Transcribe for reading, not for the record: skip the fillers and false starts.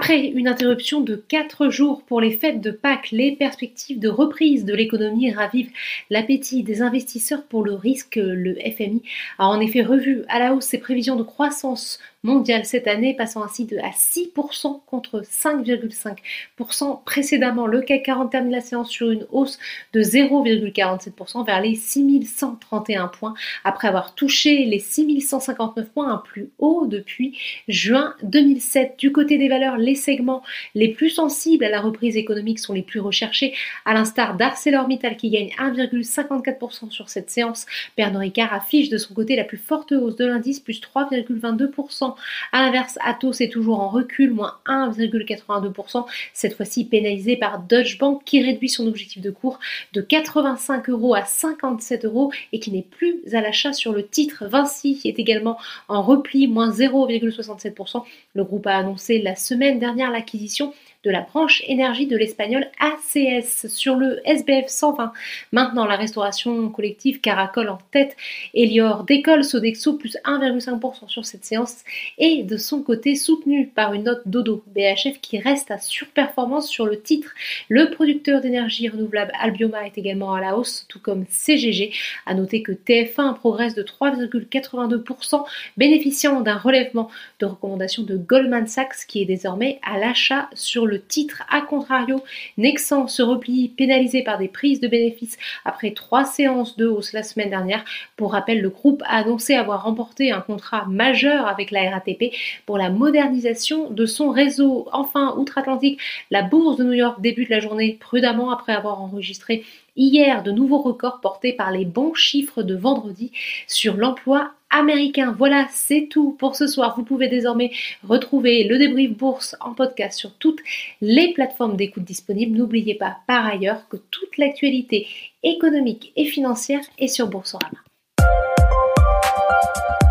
Après une interruption de 4 jours pour les fêtes de Pâques, les perspectives de reprise de l'économie ravivent l'appétit des investisseurs pour le risque. Le FMI a en effet revu à la hausse ses prévisions de croissance mondiale cette année, passant ainsi à 6% contre 5,5% précédemment. Le CAC 40 termine la séance sur une hausse de 0,47% vers les 6131 points, après avoir touché les 6159 points, un plus haut depuis juin 2007. Du côté des valeurs, les segments les plus sensibles à la reprise économique sont les plus recherchés, à l'instar d'ArcelorMittal qui gagne 1,54% sur cette séance. Pernod Ricard affiche de son côté la plus forte hausse de l'indice, plus 3,22%. A l'inverse, Atos est toujours en recul, moins 1,82%, cette fois-ci pénalisé par Deutsche Bank qui réduit son objectif de cours de 85 € à 57 € et qui n'est plus à l'achat sur le titre. Vinci est également en repli, moins 0,67%. Le groupe a annoncé la semaine dernière l'acquisition de la branche énergie de l'espagnol ACS. Sur le SBF 120, maintenant la restauration collective caracole en tête. Elior décolle, Sodexo plus 1,5% sur cette séance et de son côté soutenu par une note dodo. BHF qui reste à surperformance sur le titre. Le producteur d'énergie renouvelable Albioma est également à la hausse, tout comme CGG. À noter que TF1 progresse de 3,82%, bénéficiant d'un relèvement de recommandation de Goldman Sachs qui est désormais à l'achat sur le titre. A contrario, Nexans se replie, pénalisé par des prises de bénéfices après 3 séances de hausse la semaine dernière. Pour rappel, le groupe a annoncé avoir remporté un contrat majeur avec la RATP pour la modernisation de son réseau. Enfin, outre-Atlantique, la bourse de New York débute la journée prudemment après avoir enregistré hier de nouveaux records portés par les bons chiffres de vendredi sur l'emploi américain. Voilà, c'est tout pour ce soir. Vous pouvez désormais retrouver le débrief bourse en podcast sur toutes les plateformes d'écoute disponibles. N'oubliez pas par ailleurs que toute l'actualité économique et financière est sur Boursorama.